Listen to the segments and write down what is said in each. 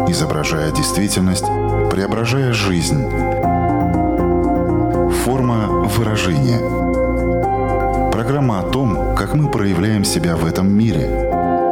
изображая действительность, преображая жизнь. Форма выражения. Программа о том, как мы проявляем себя в этом мире.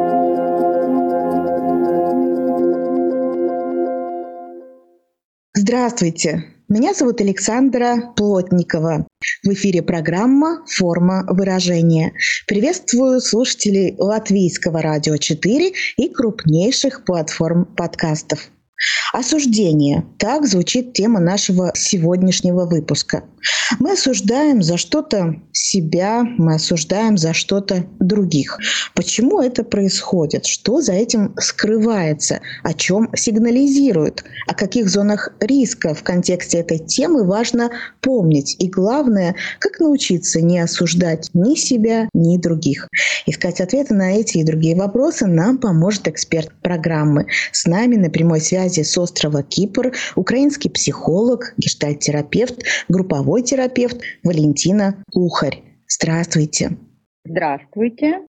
Здравствуйте! Меня зовут Александра Плотникова. В эфире программа «Форма выражения». Приветствую слушателей Латвийского радио 4 и крупнейших платформ подкастов. Осуждение. Так звучит тема нашего сегодняшнего выпуска. Мы осуждаем за что-то себя, мы осуждаем за что-то других. Почему это происходит? Что за этим скрывается? О чем сигнализирует? О каких зонах риска в контексте этой темы важно помнить? И главное, как научиться не осуждать ни себя, ни других? Искать ответы на эти и другие вопросы нам поможет эксперт программы. С нами на прямой связи с острова Кипр украинский психолог, гештальт-терапевт, групповой терапевт Валентина Кухарь. Здравствуйте. Здравствуйте.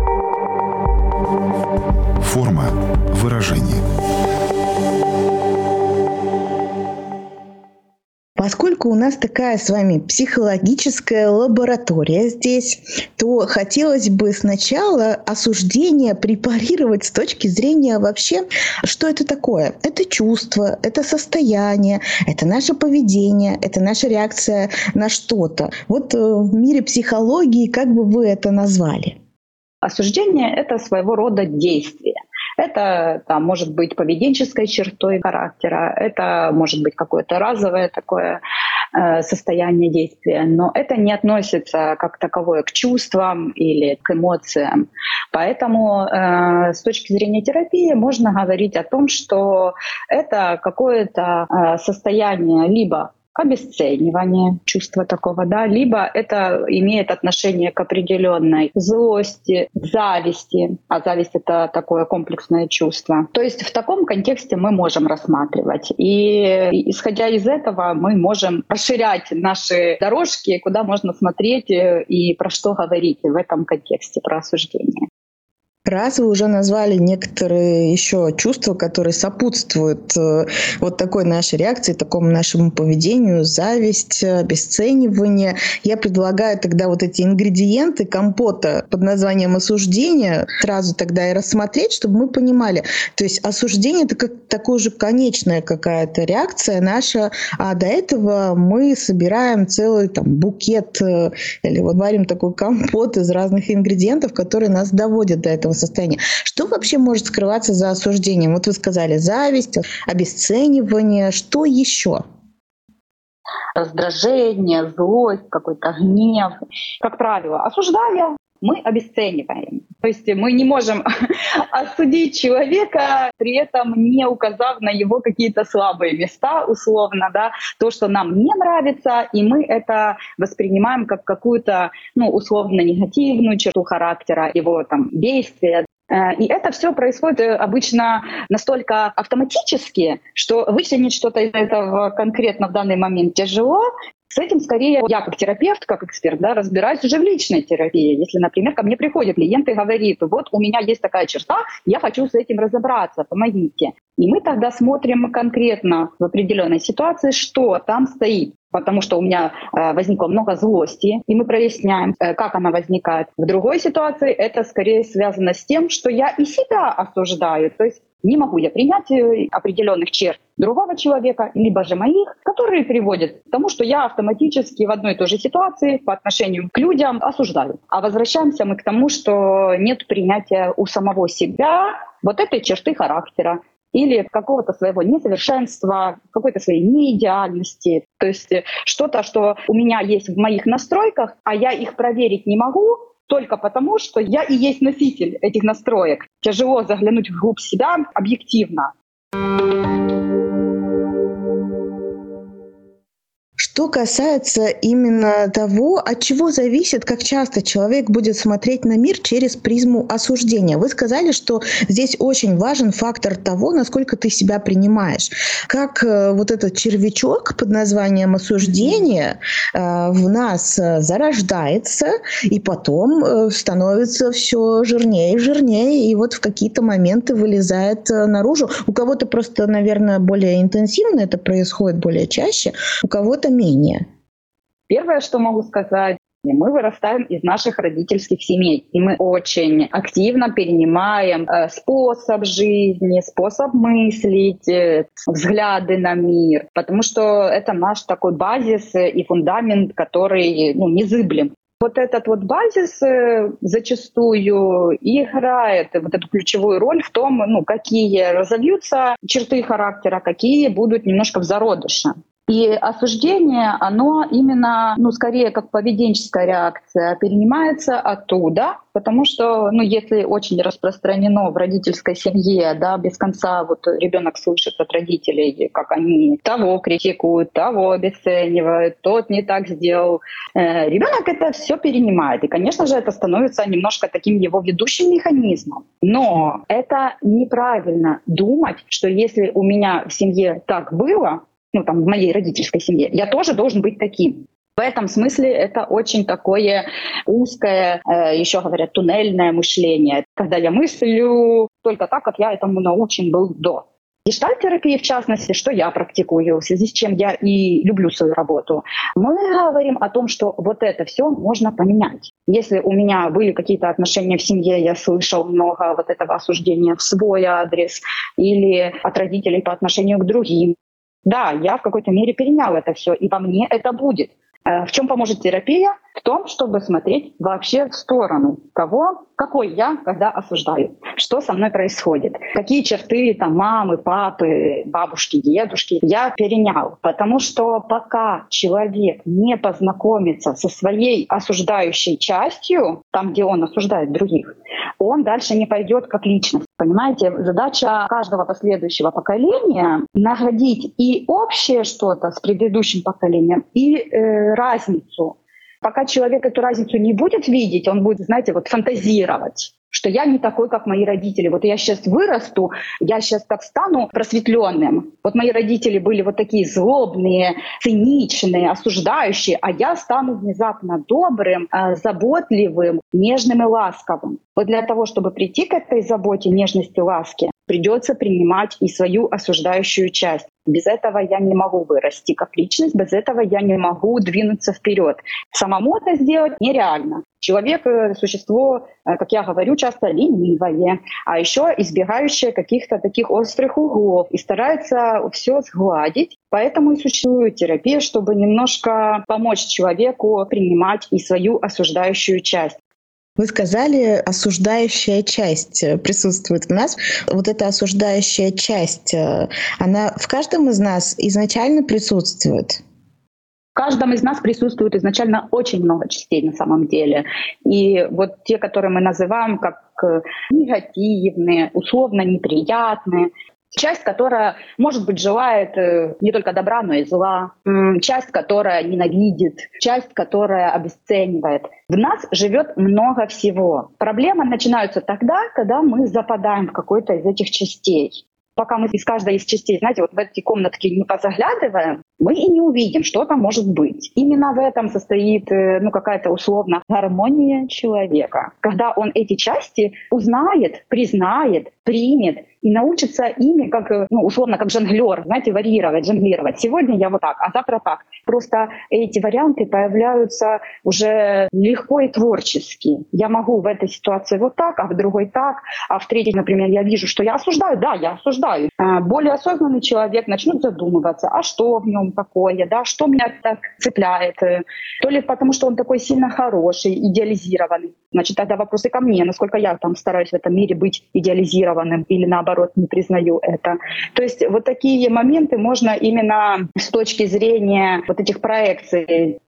Форма выражения. Поскольку у нас такая с вами психологическая лаборатория здесь, то хотелось бы сначала осуждение препарировать с точки зрения вообще, что это такое. Это чувство, это состояние, это наше поведение, это наша реакция на что-то. Вот в мире психологии как бы вы это назвали? Осуждение — это своего рода действие. Это может быть поведенческой чертой характера, это может быть какое-то разовое такое состояние действия, но это не относится как таковое к чувствам или к эмоциям. Поэтому с точки зрения терапии можно говорить о том, что это какое-то состояние либо обесценивание чувства такого, либо это имеет отношение к определенной злости, зависти, а зависть — это такое комплексное чувство. То есть в таком контексте мы можем рассматривать. И исходя из этого мы можем расширять наши дорожки, куда можно смотреть и про что говорить в этом контексте про осуждение. Раз вы уже назвали некоторые еще чувства, которые сопутствуют вот такой нашей реакции, такому нашему поведению: зависть, обесценивание. Я предлагаю тогда вот эти ингредиенты компота под названием осуждение сразу тогда и рассмотреть, чтобы мы понимали. То есть осуждение — это как такая же конечная какая-то реакция наша, а до этого мы собираем целый букет или вот варим такой компот из разных ингредиентов, которые нас доводят до этого состояния. Что вообще может скрываться за осуждением? Вот вы сказали зависть, обесценивание. Что еще? Раздражение, злость, какой-то гнев. Как правило, осуждая, мы обесцениваем. То есть мы не можем осудить человека, при этом не указав на его какие-то слабые места, условно, то, что нам не нравится, и мы это воспринимаем как какую-то, условно негативную черту характера, его действия. И это все происходит обычно настолько автоматически, что вычленить что-то из этого конкретно в данный момент тяжело. С этим скорее я как терапевт, как эксперт, разбираюсь уже в личной терапии. Если, например, ко мне приходит клиент и говорит: вот у меня есть такая черта, я хочу с этим разобраться, помогите. И мы тогда смотрим конкретно в определенной ситуации, что там стоит. Потому что у меня возникло много злости, и мы проясняем, как она возникает. В другой ситуации это скорее связано с тем, что я и себя осуждаю. То есть не могу я принять определенных черт другого человека, либо же моих, которые приводят к тому, что я автоматически в одной и той же ситуации по отношению к людям осуждаю. А возвращаемся мы к тому, что нет принятия у самого себя вот этой черты характера или какого-то своего несовершенства, какой-то своей неидеальности. То есть что-то, что у меня есть в моих настройках, а я их проверить не могу, только потому, что я и есть носитель этих настроек. Тяжело заглянуть вглубь себя объективно. Что касается именно того, от чего зависит, как часто человек будет смотреть на мир через призму осуждения. Вы сказали, что здесь очень важен фактор того, насколько ты себя принимаешь. Как вот этот червячок под названием осуждение в нас зарождается и потом становится все жирнее и жирнее, и вот в какие-то моменты вылезает наружу. У кого-то просто, наверное, более интенсивно это происходит, более чаще, у кого-то менее. Первое, что могу сказать, мы вырастаем из наших родительских семей, и мы очень активно перенимаем способ жизни, способ мыслить, взгляды на мир, потому что это наш такой базис и фундамент, который незыблем. Вот этот вот базис зачастую играет вот эту ключевую роль в том, какие разовьются черты характера, какие будут немножко в зародыше. И осуждение, оно именно, скорее как поведенческая реакция, перенимается оттуда, потому что, если очень распространено в родительской семье, без конца ребенок слышит от родителей, как они того критикуют, того обесценивают, тот не так сделал, ребенок это все перенимает. И, конечно же, это становится немножко таким его ведущим механизмом. Но это неправильно думать, что если у меня в семье так было, в моей родительской семье, я тоже должен быть таким. В этом смысле это очень такое узкое, еще говорят, туннельное мышление, когда я мыслю только так, как я этому научен был до. Гештальт-терапия, в частности, что я практикую, в связи с чем я и люблю свою работу, мы говорим о том, что вот это все можно поменять. Если у меня были какие-то отношения в семье, я слышал много вот этого осуждения в свой адрес или от родителей по отношению к другим, да, я в какой-то мере перенял это все, и во мне это будет. В чем поможет терапия? В том, чтобы смотреть вообще в сторону того, какой я, когда осуждаю, что со мной происходит, какие черты мамы, папы, бабушки, дедушки я перенял. Потому что пока человек не познакомится со своей осуждающей частью, там, где он осуждает других, он дальше не пойдет как личность. Понимаете, задача каждого последующего поколения — находить и общее что-то с предыдущим поколением, и разницу. Пока человек эту разницу не будет видеть, он будет, фантазировать, что я не такой, как мои родители. Вот я сейчас вырасту, я сейчас как стану просветленным. Вот мои родители были вот такие злобные, циничные, осуждающие, а я стану внезапно добрым, заботливым, нежным и ласковым. Вот для того, чтобы прийти к этой заботе, нежности, ласке, придется принимать и свою осуждающую часть. Без этого я не могу вырасти как личность, без этого я не могу двинуться вперед. Самому это сделать нереально. Человек — существо, как я говорю, часто ленивое, а еще избегающее каких-то таких острых углов и старается все сгладить. Поэтому и существует терапия, чтобы немножко помочь человеку принимать и свою осуждающую часть. Вы сказали, осуждающая часть присутствует в нас. Вот эта осуждающая часть, она в каждом из нас изначально присутствует? В каждом из нас присутствует изначально очень много частей на самом деле. И вот те, которые мы называем как негативные, условно неприятные, часть, которая, может быть, желает не только добра, но и зла. Часть, которая ненавидит. Часть, которая обесценивает. В нас живет много всего. Проблемы начинаются тогда, когда мы западаем в какой-то из этих частей. Пока мы из каждой из частей, в эти комнатки не позаглядываем, мы и не увидим, что там может быть. Именно в этом состоит какая-то условно гармония человека. Когда он эти части узнает, признает, примет и научится ими, как, условно, как жонглер, варьировать, жонглировать. Сегодня я вот так, а завтра так. Просто эти варианты появляются уже легко и творчески. Я могу в этой ситуации вот так, а в другой так, а в третьей, например, я вижу, что я осуждаю. Да, я осуждаю. Более осознанный человек начнет задумываться, а что в нем такое, что меня так цепляет. То ли потому, что он такой сильно хороший, идеализированный. Значит, тогда вопросы ко мне, насколько я стараюсь в этом мире быть идеализированным или наоборот не признаю это. То есть вот такие моменты можно именно с точки зрения вот этих проекций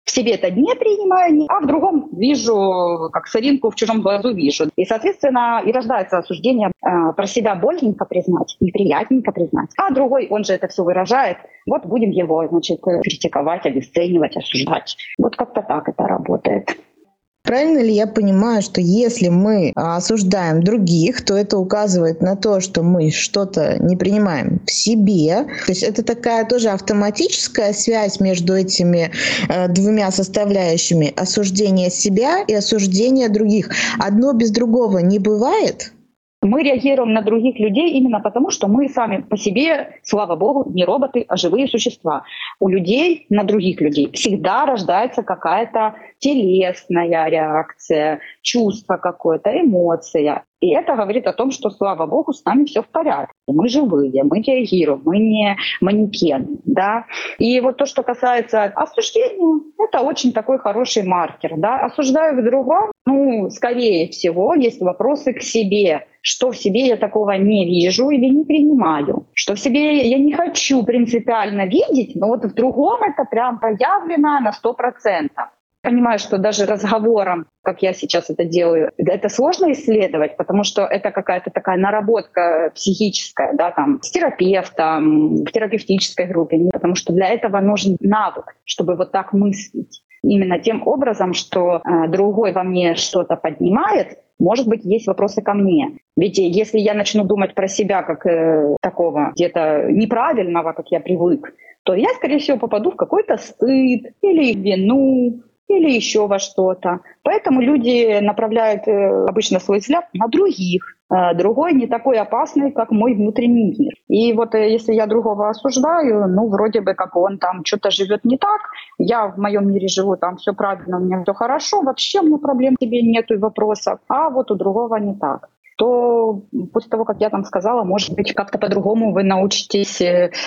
В себе это не принимаю, а в другом вижу, как соринку в чужом глазу вижу. И, соответственно, и рождается осуждение. Про себя больненько признать, неприятненько признать. А другой, он же это все выражает. Вот будем его, значит, критиковать, обесценивать, осуждать. Вот как-то так это работает. Правильно ли я понимаю, что если мы осуждаем других, то это указывает на то, что мы что-то не принимаем в себе? То есть это такая тоже автоматическая связь между этими двумя составляющими: осуждение себя и осуждение других. Одно без другого не бывает? Мы реагируем на других людей именно потому, что мы сами по себе, слава богу, не роботы, а живые существа. У людей на других людей всегда рождается какая-то телесная реакция, чувство какое-то, эмоция. И это говорит о том, что, слава богу, с нами все в порядке. Мы живые, мы реагируем, мы не манекен. Да? И вот то, что касается осуждения, это очень такой хороший маркер. Да? Осуждаю в другом, скорее всего, есть вопросы к себе. Что в себе я такого не вижу или не принимаю. Что в себе я не хочу принципиально видеть, но вот в другом это прям проявлено на 100%. Понимаю, что даже разговором, как я сейчас это делаю, это сложно исследовать, потому что это какая-то такая наработка психическая, да, там, с терапевтом, в терапевтической группе, потому что для этого нужен навык, чтобы вот так мыслить. Именно тем образом, что другой во мне что-то поднимает, может быть, есть вопросы ко мне. Ведь если я начну думать про себя как такого где-то неправильного, как я привык, то я, скорее всего, попаду в какой-то стыд или вину, или еще во что-то. Поэтому люди направляют обычно свой взгляд на других. Другой не такой опасный, как мой внутренний мир. И вот если я другого осуждаю, вроде бы как он там что-то живет не так, я в моем мире живу, там все правильно, у меня все хорошо, вообще у меня проблем к тебе нету и вопросов, а вот у другого не так. То после того, как я там сказала, может быть, как-то по-другому вы научитесь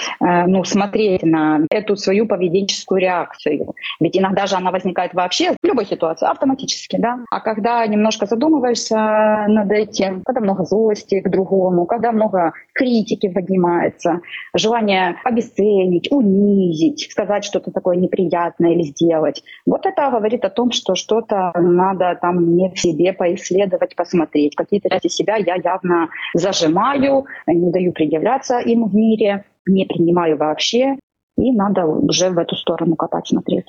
смотреть на эту свою поведенческую реакцию. Ведь иногда же она возникает вообще в любой ситуации, автоматически, да. А когда немножко задумываешься над этим, когда много злости к другому, когда много критики поднимается, желание обесценить, унизить, сказать что-то такое неприятное или сделать, вот это говорит о том, что что-то надо там мне в себе поисследовать, посмотреть. Какие-то части себя я явно зажимаю, не даю предъявляться им в мире, не принимаю вообще, и надо уже в эту сторону копать, смотреть.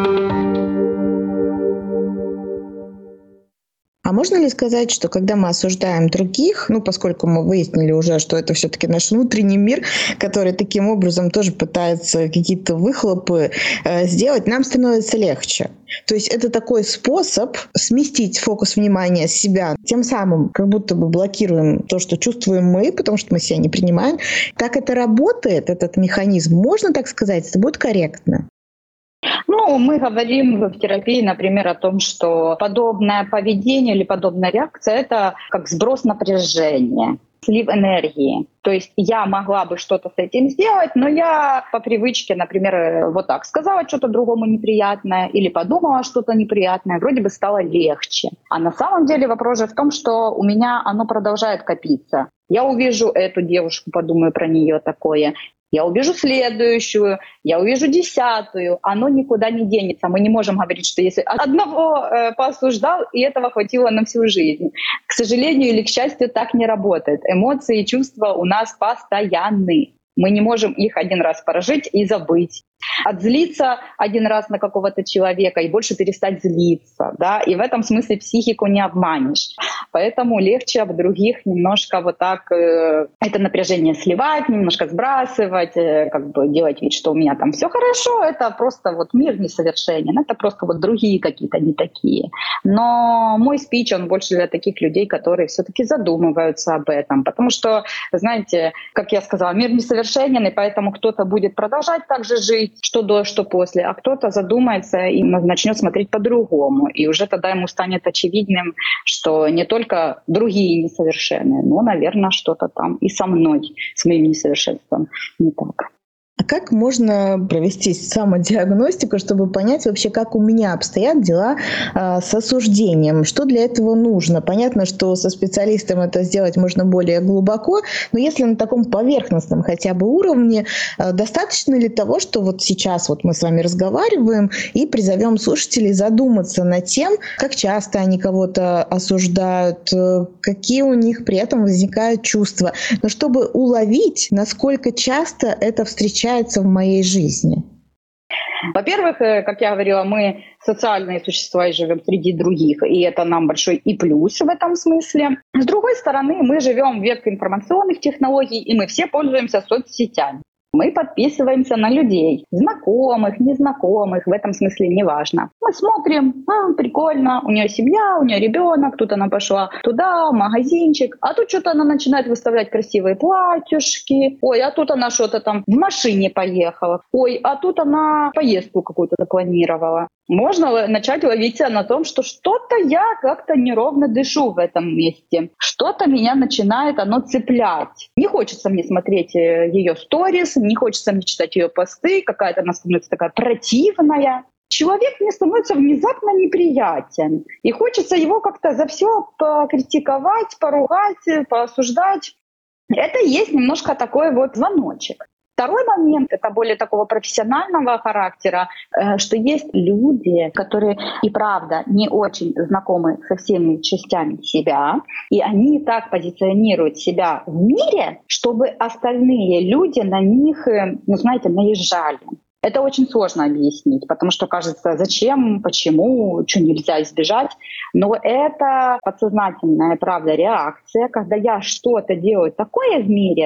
А можно ли сказать, что когда мы осуждаем других, поскольку мы выяснили уже, что это все-таки наш внутренний мир, который таким образом тоже пытается какие-то выхлопы сделать, нам становится легче? То есть это такой способ сместить фокус внимания с себя, тем самым как будто бы блокируем то, что чувствуем мы, потому что мы себя не принимаем. Как это работает, этот механизм? Можно так сказать? Это будет корректно? Мы говорим в терапии, например, о том, что подобное поведение или подобная реакция — это как сброс напряжения, слив энергии. То есть я могла бы что-то с этим сделать, но я по привычке, например, вот так сказала что-то другому неприятное или подумала что-то неприятное, вроде бы стало легче. А на самом деле вопрос же в том, что у меня оно продолжает копиться. Я увижу эту девушку, подумаю про нее такое. Я увижу следующую, я увижу 10-ю, оно никуда не денется. Мы не можем говорить, что если одного поосуждал, и этого хватило на всю жизнь. К сожалению или к счастью, так не работает. Эмоции и чувства у нас постоянны. Мы не можем их один раз прожить и забыть. Отзлиться один раз на какого-то человека и больше перестать злиться. Да? И в этом смысле психику не обманешь. Поэтому легче в других немножко вот так это напряжение сливать, немножко сбрасывать, делать вид, что у меня там все хорошо. Это просто мир несовершенен. Это просто другие какие-то не такие. Но мой спич, он больше для таких людей, которые все-таки задумываются об этом. Потому что, знаете, как я сказала, мир несовершенен, и поэтому кто-то будет продолжать так же жить, что до, что после, а кто-то задумается и начнет смотреть по-другому. И уже тогда ему станет очевидным, что не только другие несовершенны, но, наверное, что-то там и со мной, с моим несовершенством не так. А как можно провести самодиагностику, чтобы понять вообще, как у меня обстоят дела с осуждением? Что для этого нужно? Понятно, что со специалистом это сделать можно более глубоко, но если на таком поверхностном хотя бы уровне, достаточно ли того, что вот сейчас вот мы с вами разговариваем и призовем слушателей задуматься над тем, как часто они кого-то осуждают, какие у них при этом возникают чувства, но чтобы уловить, насколько часто это встречается в моей жизни? Во-первых, как я говорила, мы социальные существа и живем среди других, и это нам большой и плюс в этом смысле. С другой стороны, мы живем в век информационных технологий, и мы все пользуемся соцсетями. Мы подписываемся на людей, знакомых, незнакомых, в этом смысле неважно. Мы смотрим, прикольно, у нее семья, у нее ребенок, тут она пошла туда, в магазинчик, а тут что-то она начинает выставлять красивые платьюшки, ой, а тут она что-то там в машине поехала, ой, а тут она поездку какую-то запланировала. Можно начать ловить себя на том, что что-то я как-то неровно дышу в этом месте. Что-то меня начинает оно цеплять. Не хочется мне смотреть ее сторис, не хочется мне читать ее посты, какая-то она становится такая противная. Человек мне становится внезапно неприятен. И хочется его как-то за все покритиковать, поругать, поосуждать. Это и есть немножко такой вот звоночек. Второй момент, это более такого профессионального характера, что есть люди, которые и правда не очень знакомы со всеми частями себя, и они так позиционируют себя в мире, чтобы остальные люди на них, наезжали. Это очень сложно объяснить, потому что кажется, зачем, почему, что нельзя избежать. Но это подсознательная, правда, реакция, когда я что-то делаю такое в мире,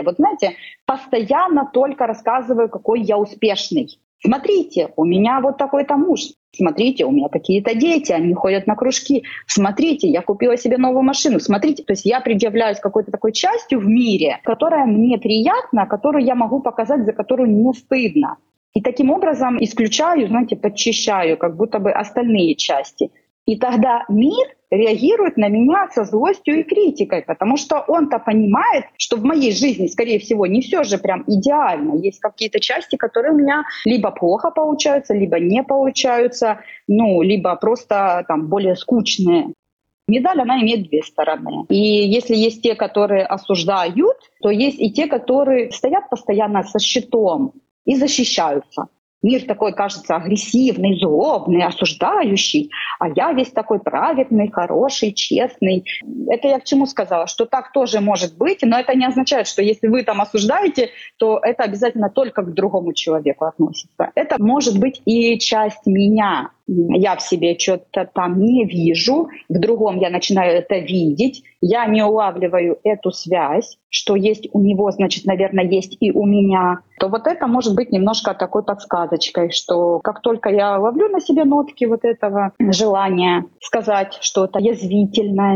постоянно только рассказываю, какой я успешный. Смотрите, у меня вот такой-то муж. Смотрите, у меня какие-то дети, они ходят на кружки. Смотрите, я купила себе новую машину. Смотрите, то есть я предъявляюсь какой-то такой частью в мире, которая мне приятна, которую я могу показать, за которую не стыдно. И таким образом исключаю, подчищаю как будто бы остальные части. И тогда мир реагирует на меня со злостью и критикой, потому что он-то понимает, что в моей жизни, скорее всего, не все же прям идеально. Есть какие-то части, которые у меня либо плохо получаются, либо не получаются, либо просто более скучные. Медаль, она имеет две стороны. И если есть те, которые осуждают, то есть и те, которые стоят постоянно со щитом и защищаются. Мир такой, кажется, агрессивный, злобный, осуждающий, а я весь такой праведный, хороший, честный. Это я к чему сказала? Что так тоже может быть, но это не означает, что если вы там осуждаете, то это обязательно только к другому человеку относится. Это может быть и часть меня. Я в себе что-то там не вижу, в другом я начинаю это видеть, я не улавливаю эту связь, что есть у него, значит, наверное, есть и у меня, то вот это может быть немножко такой подсказочкой, что как только я ловлю на себе нотки вот этого желания сказать что-то язвительное,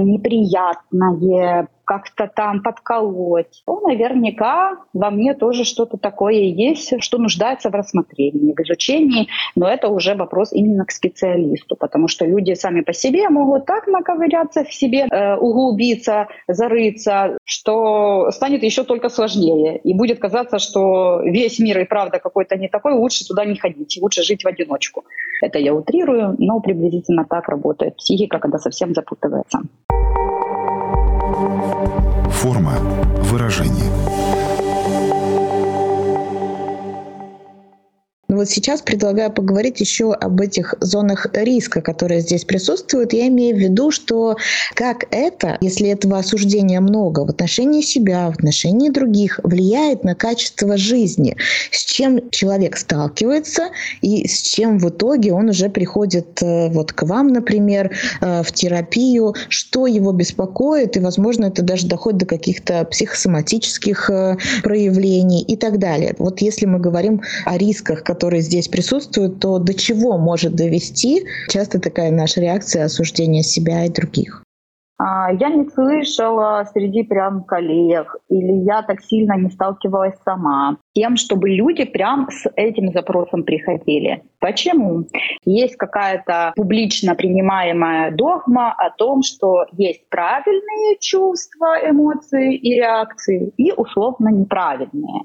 неприятное, как-то там подколоть, то наверняка во мне тоже что-то такое есть, что нуждается в рассмотрении, в изучении, но это уже вопрос именно к специалисту, потому что люди сами по себе могут так наковыряться в себе, углубиться, зарыться, что станет еще только сложнее. И будет казаться, что весь мир и правда какой-то не такой, лучше туда не ходить, лучше жить в одиночку. Это я утрирую, но приблизительно так работает психика, когда совсем запутывается. Форма выражения. Вот сейчас предлагаю поговорить еще об этих зонах риска, которые здесь присутствуют. Я имею в виду, что как это, если этого осуждения много в отношении себя, в отношении других, влияет на качество жизни, с чем человек сталкивается и с чем в итоге он уже приходит вот к вам, например, в терапию, что его беспокоит, и, возможно, это даже доходит до каких-то психосоматических проявлений и так далее. Вот если мы говорим о рисках, которые здесь присутствуют, то до чего может довести часто такая наша реакция осуждения себя и других? Я не слышала среди прям коллег, или я так сильно не сталкивалась сама, тем, чтобы люди прям с этим запросом приходили. Почему? Есть какая-то публично принимаемая догма о том, что есть правильные чувства, эмоции и реакции, и условно неправильные.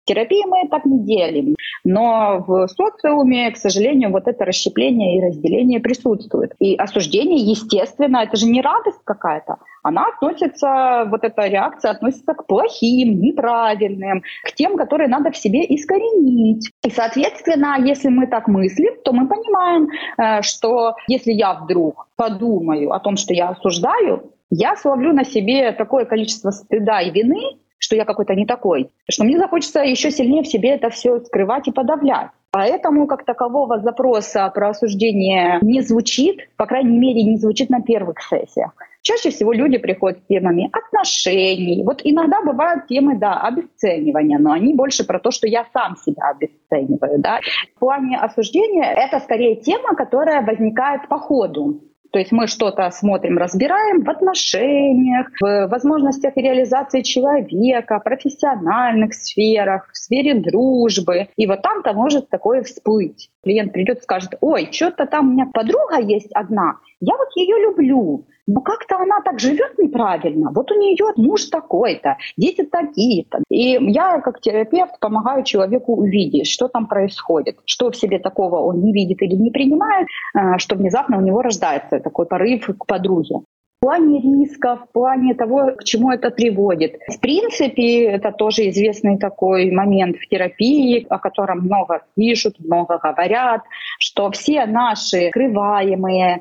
терапии мы так не делим, но в социуме, к сожалению, вот это расщепление и разделение присутствует. И осуждение, естественно, это же не радость какая-то, она относится, вот эта реакция относится к плохим, неправильным, к тем, которые надо в себе искоренить. И, соответственно, если мы так мыслим, то мы понимаем, что если я вдруг подумаю о том, что я осуждаю, я словлю на себе такое количество стыда и вины, что я какой-то не такой, что мне захочется еще сильнее в себе это все скрывать и подавлять. Поэтому как такового запроса про осуждение не звучит, по крайней мере, не звучит на первых сессиях. Чаще всего люди приходят с темами отношений. Вот иногда бывают темы, да, обесценивания, но они больше про то, что я сам себя обесцениваю. Да. В плане осуждения это скорее тема, которая возникает по ходу. То есть мы что-то смотрим, разбираем в отношениях, в возможностях реализации человека, в профессиональных сферах, в сфере дружбы. И вот там-то может такое всплыть. Клиент придет и скажет: ой, что-то там у меня подруга есть одна, я вот ее люблю, но как-то она так живет неправильно. Вот у нее муж такой-то, дети такие-то. И я как терапевт помогаю человеку увидеть, что там происходит, что в себе такого он не видит или не принимает, что внезапно у него рождается такой порыв к подруге. В плане рисков, в плане того, к чему это приводит. В принципе, это тоже известный такой момент в терапии, о котором много пишут, много говорят, что все наши скрываемые,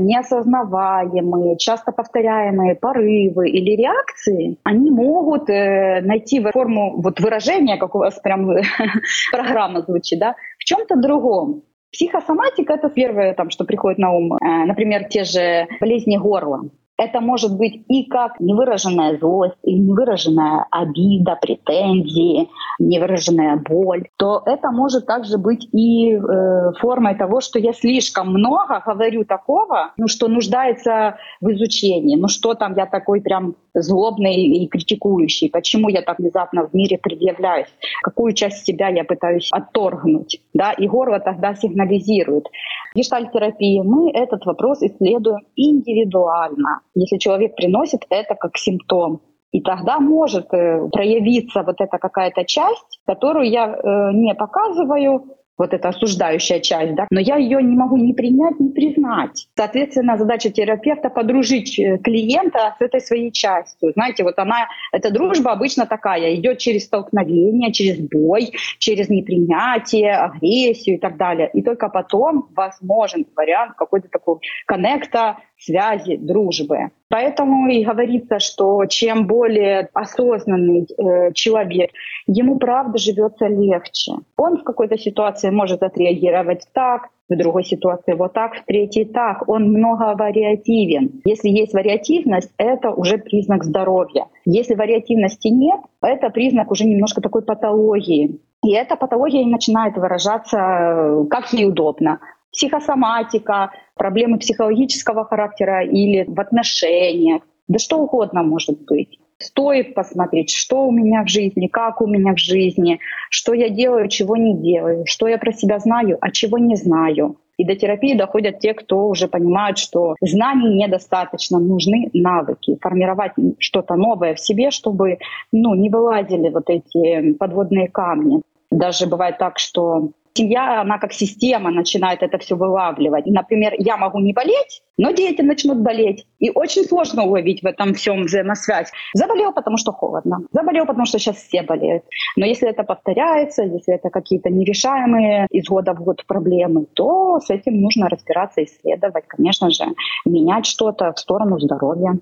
неосознаваемые, часто повторяемые порывы или реакции, они могут найти форму вот выражения, как у вас прям программа звучит, да, в чем-то другом. Психосоматика — это первое, что приходит на ум. Например, те же болезни горла. Это может быть и как невыраженная злость, и невыраженная обида, претензии, невыраженная боль. То это может также быть и формой того, что я слишком много говорю такого, что нуждается в изучении. Что там я такой прям злобный и критикующий? Почему я так внезапно в мире предъявляюсь? Какую часть себя я пытаюсь отторгнуть? Да? И горло тогда сигнализирует. В гештальт-терапии мы этот вопрос исследуем индивидуально. Если человек приносит это как симптом, и тогда может проявиться вот эта какая-то часть, которую я не показываю, вот эта осуждающая часть, да, но я ее не могу ни принять, ни признать. Соответственно, задача терапевта — подружить клиента с этой своей частью. Знаете, вот эта дружба обычно такая, идет через столкновение, через бой, через непринятие, агрессию и так далее. И только потом возможен вариант какой-то такой коннекта, связи, дружбы. Поэтому и говорится, что чем более осознанный человек, ему правда живется легче. Он в какой-то ситуации может отреагировать так, в другой ситуации вот так, в третьей так. Он многовариативен. Если есть вариативность, это уже признак здоровья. Если вариативности нет, это признак уже немножко такой патологии. И эта патология начинает выражаться как ей удобно. Психосоматика, проблемы психологического характера или в отношениях. Да что угодно может быть. Стоит посмотреть, что у меня в жизни, как у меня в жизни, что я делаю, чего не делаю, что я про себя знаю, а чего не знаю. И до терапии доходят те, кто уже понимают, что знаний недостаточно, нужны навыки, формировать что-то новое в себе, чтобы не вылазили вот эти подводные камни. Даже бывает так, что семья, она как система начинает это все вылавливать. Например, я могу не болеть, но дети начнут болеть. И очень сложно уловить в этом всем взаимосвязь. Заболел, потому что холодно. Заболел, потому что сейчас все болеют. Но если это повторяется, если это какие-то нерешаемые из года в год проблемы, то с этим нужно разбираться, исследовать, конечно же, менять что-то в сторону здоровья.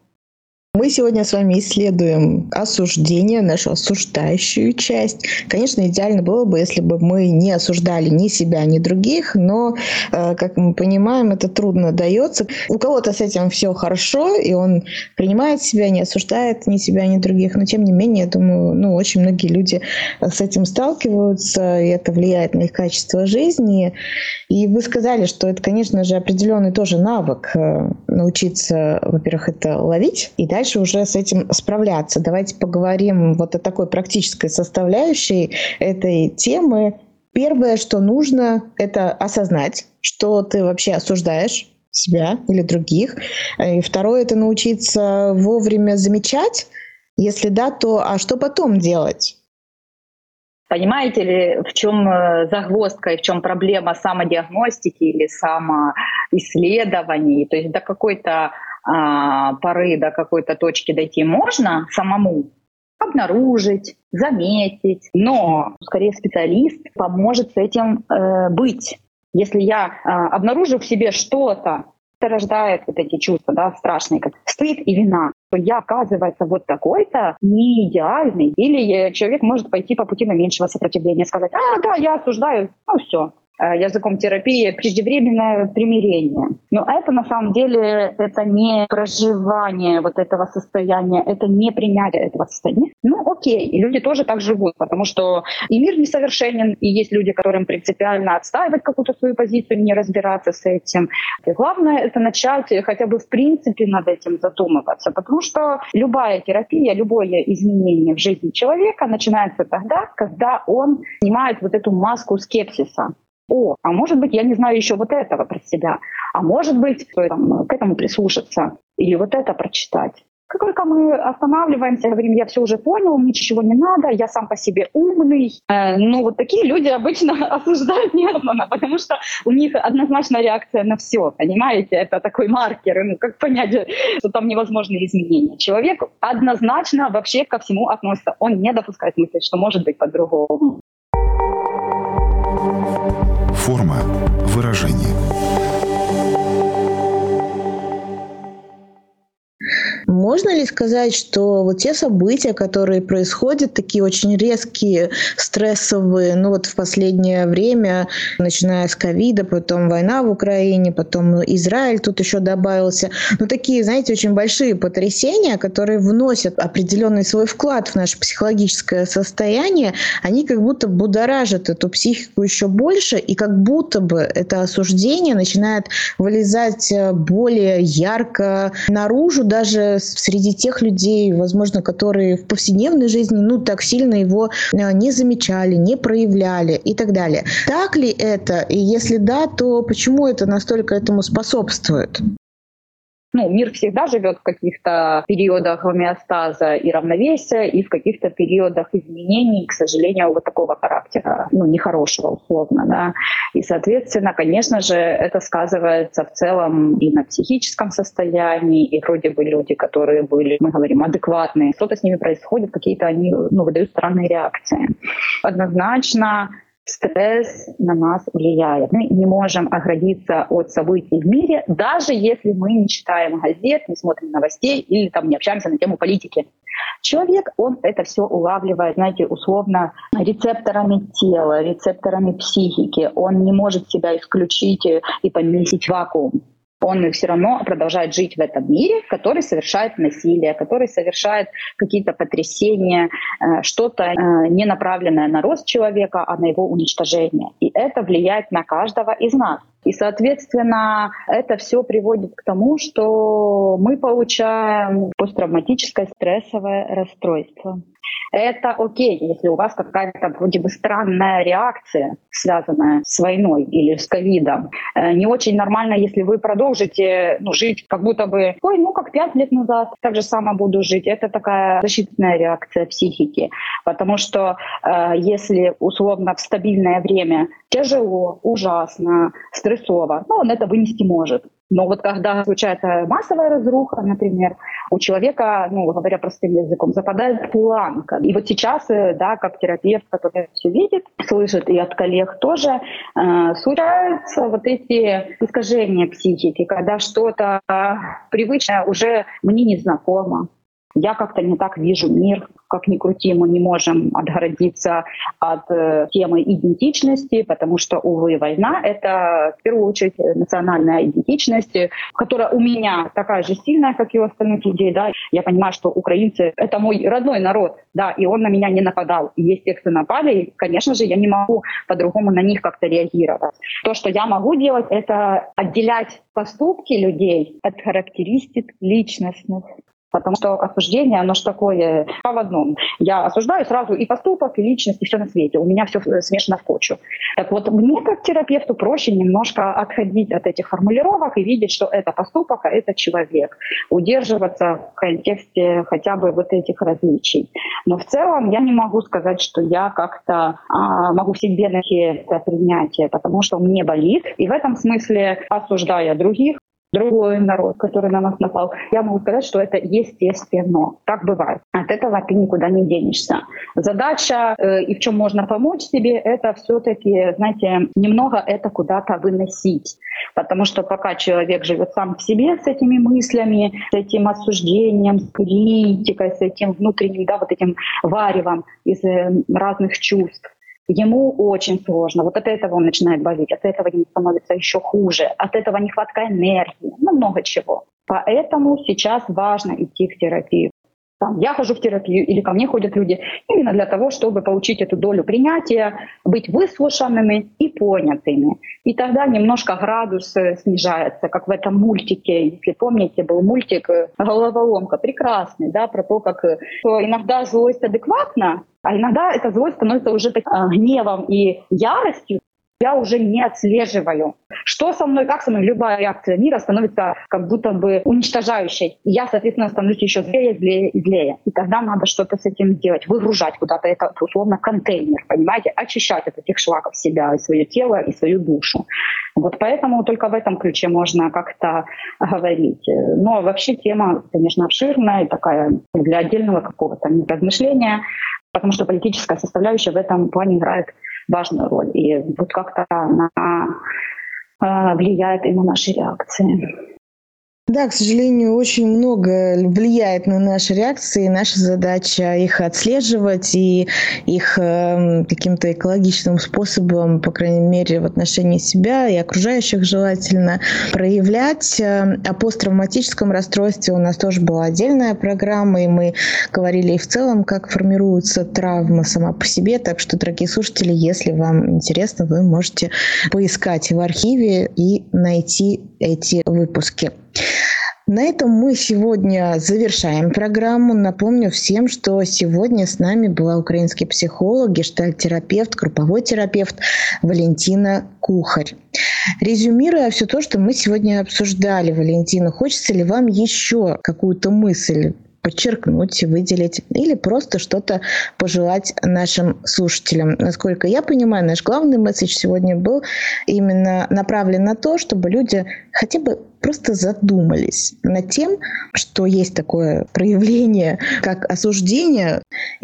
Мы сегодня с вами исследуем осуждение, нашу осуждающую часть. Конечно, идеально было бы, если бы мы не осуждали ни себя, ни других, но, как мы понимаем, это трудно дается. У кого-то с этим все хорошо, и он принимает себя, не осуждает ни себя, ни других, но тем не менее, я думаю, очень многие люди с этим сталкиваются, и это влияет на их качество жизни. И вы сказали, что это, конечно же, определенный тоже навык научиться, во-первых, это ловить, и дальше уже с этим справляться. Давайте поговорим вот о такой практической составляющей этой темы. Первое, что нужно, это осознать, что ты вообще осуждаешь себя или других. И второе, это научиться вовремя замечать. Если да, то а что потом делать? Понимаете ли, в чем загвоздка и в чем проблема самодиагностики или самоисследований? То есть до какой-то поры, до какой-то точки дойти можно самому, обнаружить, заметить, но скорее специалист поможет с этим быть. Если я обнаружу в себе что-то, это рождает вот эти чувства, да, страшные, как стыд и вина, то я, оказывается, вот такой-то не идеальный. Или человек может пойти по пути наименьшего сопротивления, сказать: да, я осуждаю, ну все. Языком терапии преждевременное примирение. Но это на самом деле это не проживание вот этого состояния, это не принятие этого состояния. Ну окей, и люди тоже так живут, потому что и мир несовершенен, и есть люди, которым принципиально отстаивать какую-то свою позицию, не разбираться с этим. И главное — это начать хотя бы в принципе над этим задумываться, потому что любая терапия, любое изменение в жизни человека начинается тогда, когда он снимает вот эту маску скепсиса. А может быть, я не знаю еще вот этого про себя, а может быть, к этому прислушаться или вот это прочитать. Как только мы останавливаемся, говорим: я все уже понял, мне ничего не надо, я сам по себе умный. Ну вот такие люди обычно осуждают неосознанно, потому что у них однозначная реакция на все, понимаете? Это такой маркер, как понять, что там невозможны изменения. Человек однозначно вообще ко всему относится, он не допускает мысли, что может быть по-другому. Форма выражения. Можно ли сказать, что вот те события, которые происходят, такие очень резкие, стрессовые, ну вот в последнее время, начиная с ковида, потом война в Украине, потом Израиль тут еще добавился, ну такие, знаете, очень большие потрясения, которые вносят определенный свой вклад в наше психологическое состояние, они как будто будоражат эту психику еще больше, и как будто бы это осуждение начинает вылезать более ярко наружу, даже среди тех людей, возможно, которые в повседневной жизни так сильно его не замечали, не проявляли и так далее. Так ли это? И если да, то почему это настолько этому способствует? Мир всегда живет в каких-то периодах гомеостаза и равновесия, и в каких-то периодах изменений, к сожалению, вот такого характера, нехорошего условно, да. И, соответственно, конечно же, это сказывается в целом и на психическом состоянии, и вроде бы люди, которые были, мы говорим, адекватные, что-то с ними происходит, какие-то они, выдают странные реакции. Однозначно, стресс на нас влияет. Мы не можем оградиться от событий в мире, даже если мы не читаем газет, не смотрим новостей или не общаемся на тему политики. Человек, он это все улавливает, знаете, условно рецепторами тела, рецепторами психики. Он не может себя исключить и поместить в вакуум. Он все равно продолжает жить в этом мире, который совершает насилие, который совершает какие-то потрясения, что-то не направленное на рост человека, а на его уничтожение. И это влияет на каждого из нас. И, соответственно, это все приводит к тому, что мы получаем посттравматическое стрессовое расстройство. Это окей, если у вас какая-то вроде бы странная реакция, связанная с войной или с ковидом. Не очень нормально, если вы продолжите жить как будто бы, как 5 лет назад, так же само буду жить. Это такая защитная реакция психики. Потому что если условно в стабильное время тяжело, ужасно, стрессово, он это вынести может. Но вот когда случается массовая разруха, например, у человека, говоря простым языком, западает планка. И вот сейчас, как терапевт, который все видит, слышит, и от коллег тоже, случаются вот эти искажения психики, когда что-то привычное уже мне не знакомо. Я как-то не так вижу мир, как ни крути, мы не можем отгородиться от темы идентичности, потому что, увы, война — это в первую очередь национальная идентичность, которая у меня такая же сильная, как и у остальных людей. Да. Я понимаю, что украинцы — это мой родной народ, да, и он на меня не нападал. И есть те, кто напали, и, конечно же, я не могу по-другому на них как-то реагировать. То, что я могу делать, это отделять поступки людей от характеристик личностных. Потому что осуждение, оно же такое в одном. Я осуждаю сразу и поступок, и личность, и все на свете. У меня все смешано в кучу. Так вот, мне как терапевту проще немножко отходить от этих формулировок и видеть, что это поступок, а это человек. Удерживаться в контексте хотя бы вот этих различий. Но в целом я не могу сказать, что я как-то могу в себе найти это принятие, потому что мне болит. И в этом смысле, осуждая других, другой народ, который на нас напал, я могу сказать, что это естественно. Так бывает. От этого ты никуда не денешься. Задача, и в чем можно помочь себе, это все-таки, знаете, немного это куда-то выносить. Потому что пока человек живет сам в себе с этими мыслями, с этим осуждением, с критикой, с этим внутренним, да, вот этим варевом из разных чувств, ему очень сложно. Вот от этого он начинает болеть, от этого ему становится еще хуже, от этого нехватка энергии, много чего. Поэтому сейчас важно идти в терапию. Я хожу в терапию или ко мне ходят люди именно для того, чтобы получить эту долю принятия, быть выслушанными и понятыми. И тогда немножко градус снижается, как в этом мультике, если помните, был мультик «Головоломка», прекрасный, да, про то, как иногда злость адекватна, а иногда эта злость становится уже гневом и яростью. Я уже не отслеживаю, что со мной, как со мной. Любая реакция мира становится как будто бы уничтожающей. И я, соответственно, становлюсь еще злее, злее и злее. И тогда надо что-то с этим делать, выгружать куда-то это, условно, контейнер, понимаете, очищать от этих шлаков себя, и свое тело, и свою душу. Вот поэтому только в этом ключе можно как-то говорить. Но вообще тема, конечно, обширная, такая для отдельного какого-то размышления, потому что политическая составляющая в этом плане играет важную роль. И вот как-то она влияет и на наши реакции. Да, к сожалению, очень много влияет на наши реакции. Наша задача их отслеживать и их каким-то экологичным способом, по крайней мере, в отношении себя и окружающих желательно проявлять. О посттравматическом расстройстве у нас тоже была отдельная программа, и мы говорили и в целом, как формируется травма сама по себе. Так что, дорогие слушатели, если вам интересно, вы можете поискать в архиве и найти эти выпуски. На этом мы сегодня завершаем программу. Напомню всем, что сегодня с нами была украинский психолог, гештальт-терапевт, групповой терапевт Валентина Кухарь. Резюмируя все то, что мы сегодня обсуждали, Валентина, хочется ли вам еще какую-то мысль подчеркнуть, выделить или просто что-то пожелать нашим слушателям? Насколько я понимаю, наш главный месседж сегодня был именно направлен на то, чтобы люди хотя бы просто задумались над тем, что есть такое проявление, как осуждение,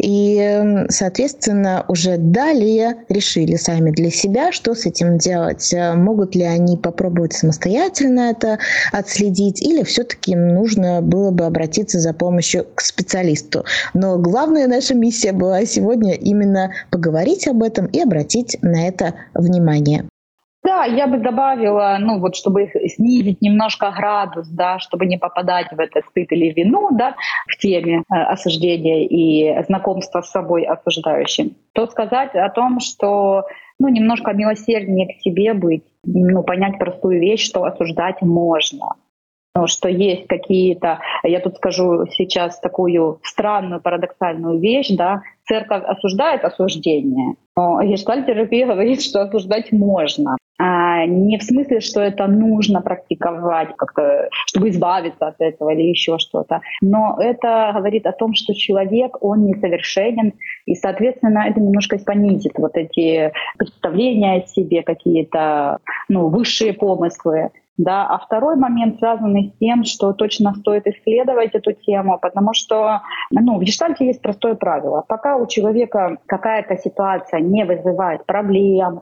и, соответственно, уже далее решили сами для себя, что с этим делать. Могут ли они попробовать самостоятельно это отследить, или все-таки им нужно было бы обратиться за помощью к специалисту. Но главная наша миссия была сегодня именно поговорить об этом и обратить на это внимание. Да, я бы добавила, чтобы снизить немножко градус, да, чтобы не попадать в этот стыд или вину, да, в теме осуждения и знакомства с собой осуждающим, то сказать о том, что немножко милосерднее к себе быть, понять простую вещь, что осуждать можно. Что есть какие-то, я тут скажу сейчас такую странную, парадоксальную вещь, да, церковь осуждает осуждение, но гештальт-терапия говорит, что осуждать можно. Не в смысле, что это нужно практиковать, как-то, чтобы избавиться от этого или еще что-то. Но это говорит о том, что человек, он несовершенен, и, соответственно, это немножко понизит вот эти представления о себе, какие-то высшие помыслы. Да, а второй момент, связанный с тем, что точно стоит исследовать эту тему, потому что в гештальте есть простое правило. Пока у человека какая-то ситуация не вызывает проблем,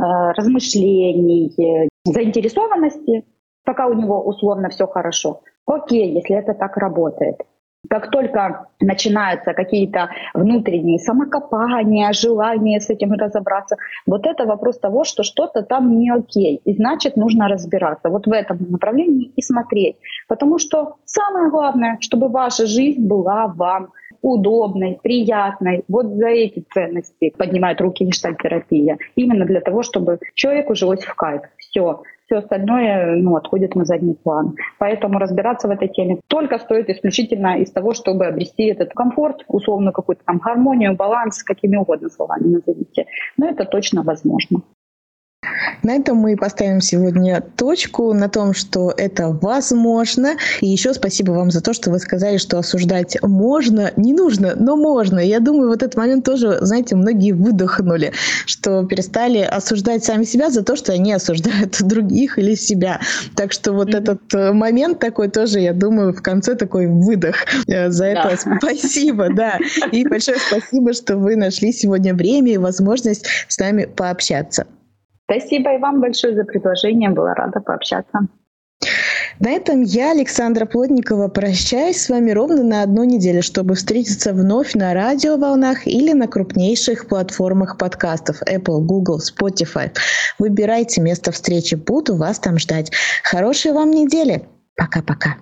размышлений, заинтересованности, пока у него условно все хорошо, окей, если это так работает. Как только начинаются какие-то внутренние самокопания, желания с этим разобраться, вот это вопрос того, что что-то там не окей, и значит нужно разбираться. Вот в этом направлении и смотреть. Потому что самое главное, чтобы ваша жизнь была вам удобной, приятной. Вот за эти ценности поднимает руки гештальт-терапия. Именно для того, чтобы человеку жилось в кайф. Все все остальное отходит на задний план. Поэтому разбираться в этой теме только стоит исключительно из того, чтобы обрести этот комфорт, условно какую-то там гармонию, баланс, какими угодно словами назовите. Но это точно возможно. На этом мы поставим сегодня точку на том, что это возможно. И еще спасибо вам за то, что вы сказали, что осуждать можно, не нужно, но можно. Я думаю, вот этот момент тоже, знаете, многие выдохнули, что перестали осуждать сами себя за то, что они осуждают других или себя. Так что вот этот момент такой тоже, я думаю, в конце такой выдох. За это спасибо, да. И большое спасибо, что вы нашли сегодня время и возможность с нами пообщаться. Спасибо и вам большое за предложение. Была рада пообщаться. На этом я, Александра Плотникова, прощаюсь с вами ровно на 1 неделю, чтобы встретиться вновь на радиоволнах или на крупнейших платформах подкастов Apple, Google, Spotify. Выбирайте место встречи, буду вас там ждать. Хорошей вам недели. Пока-пока.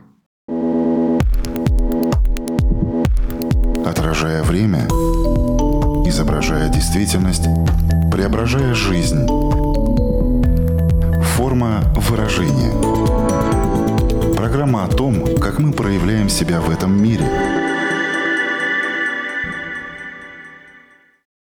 Отражая время, изображая действительность, преображая жизнь. Форма выражения. Программа о том, как мы проявляем себя в этом мире –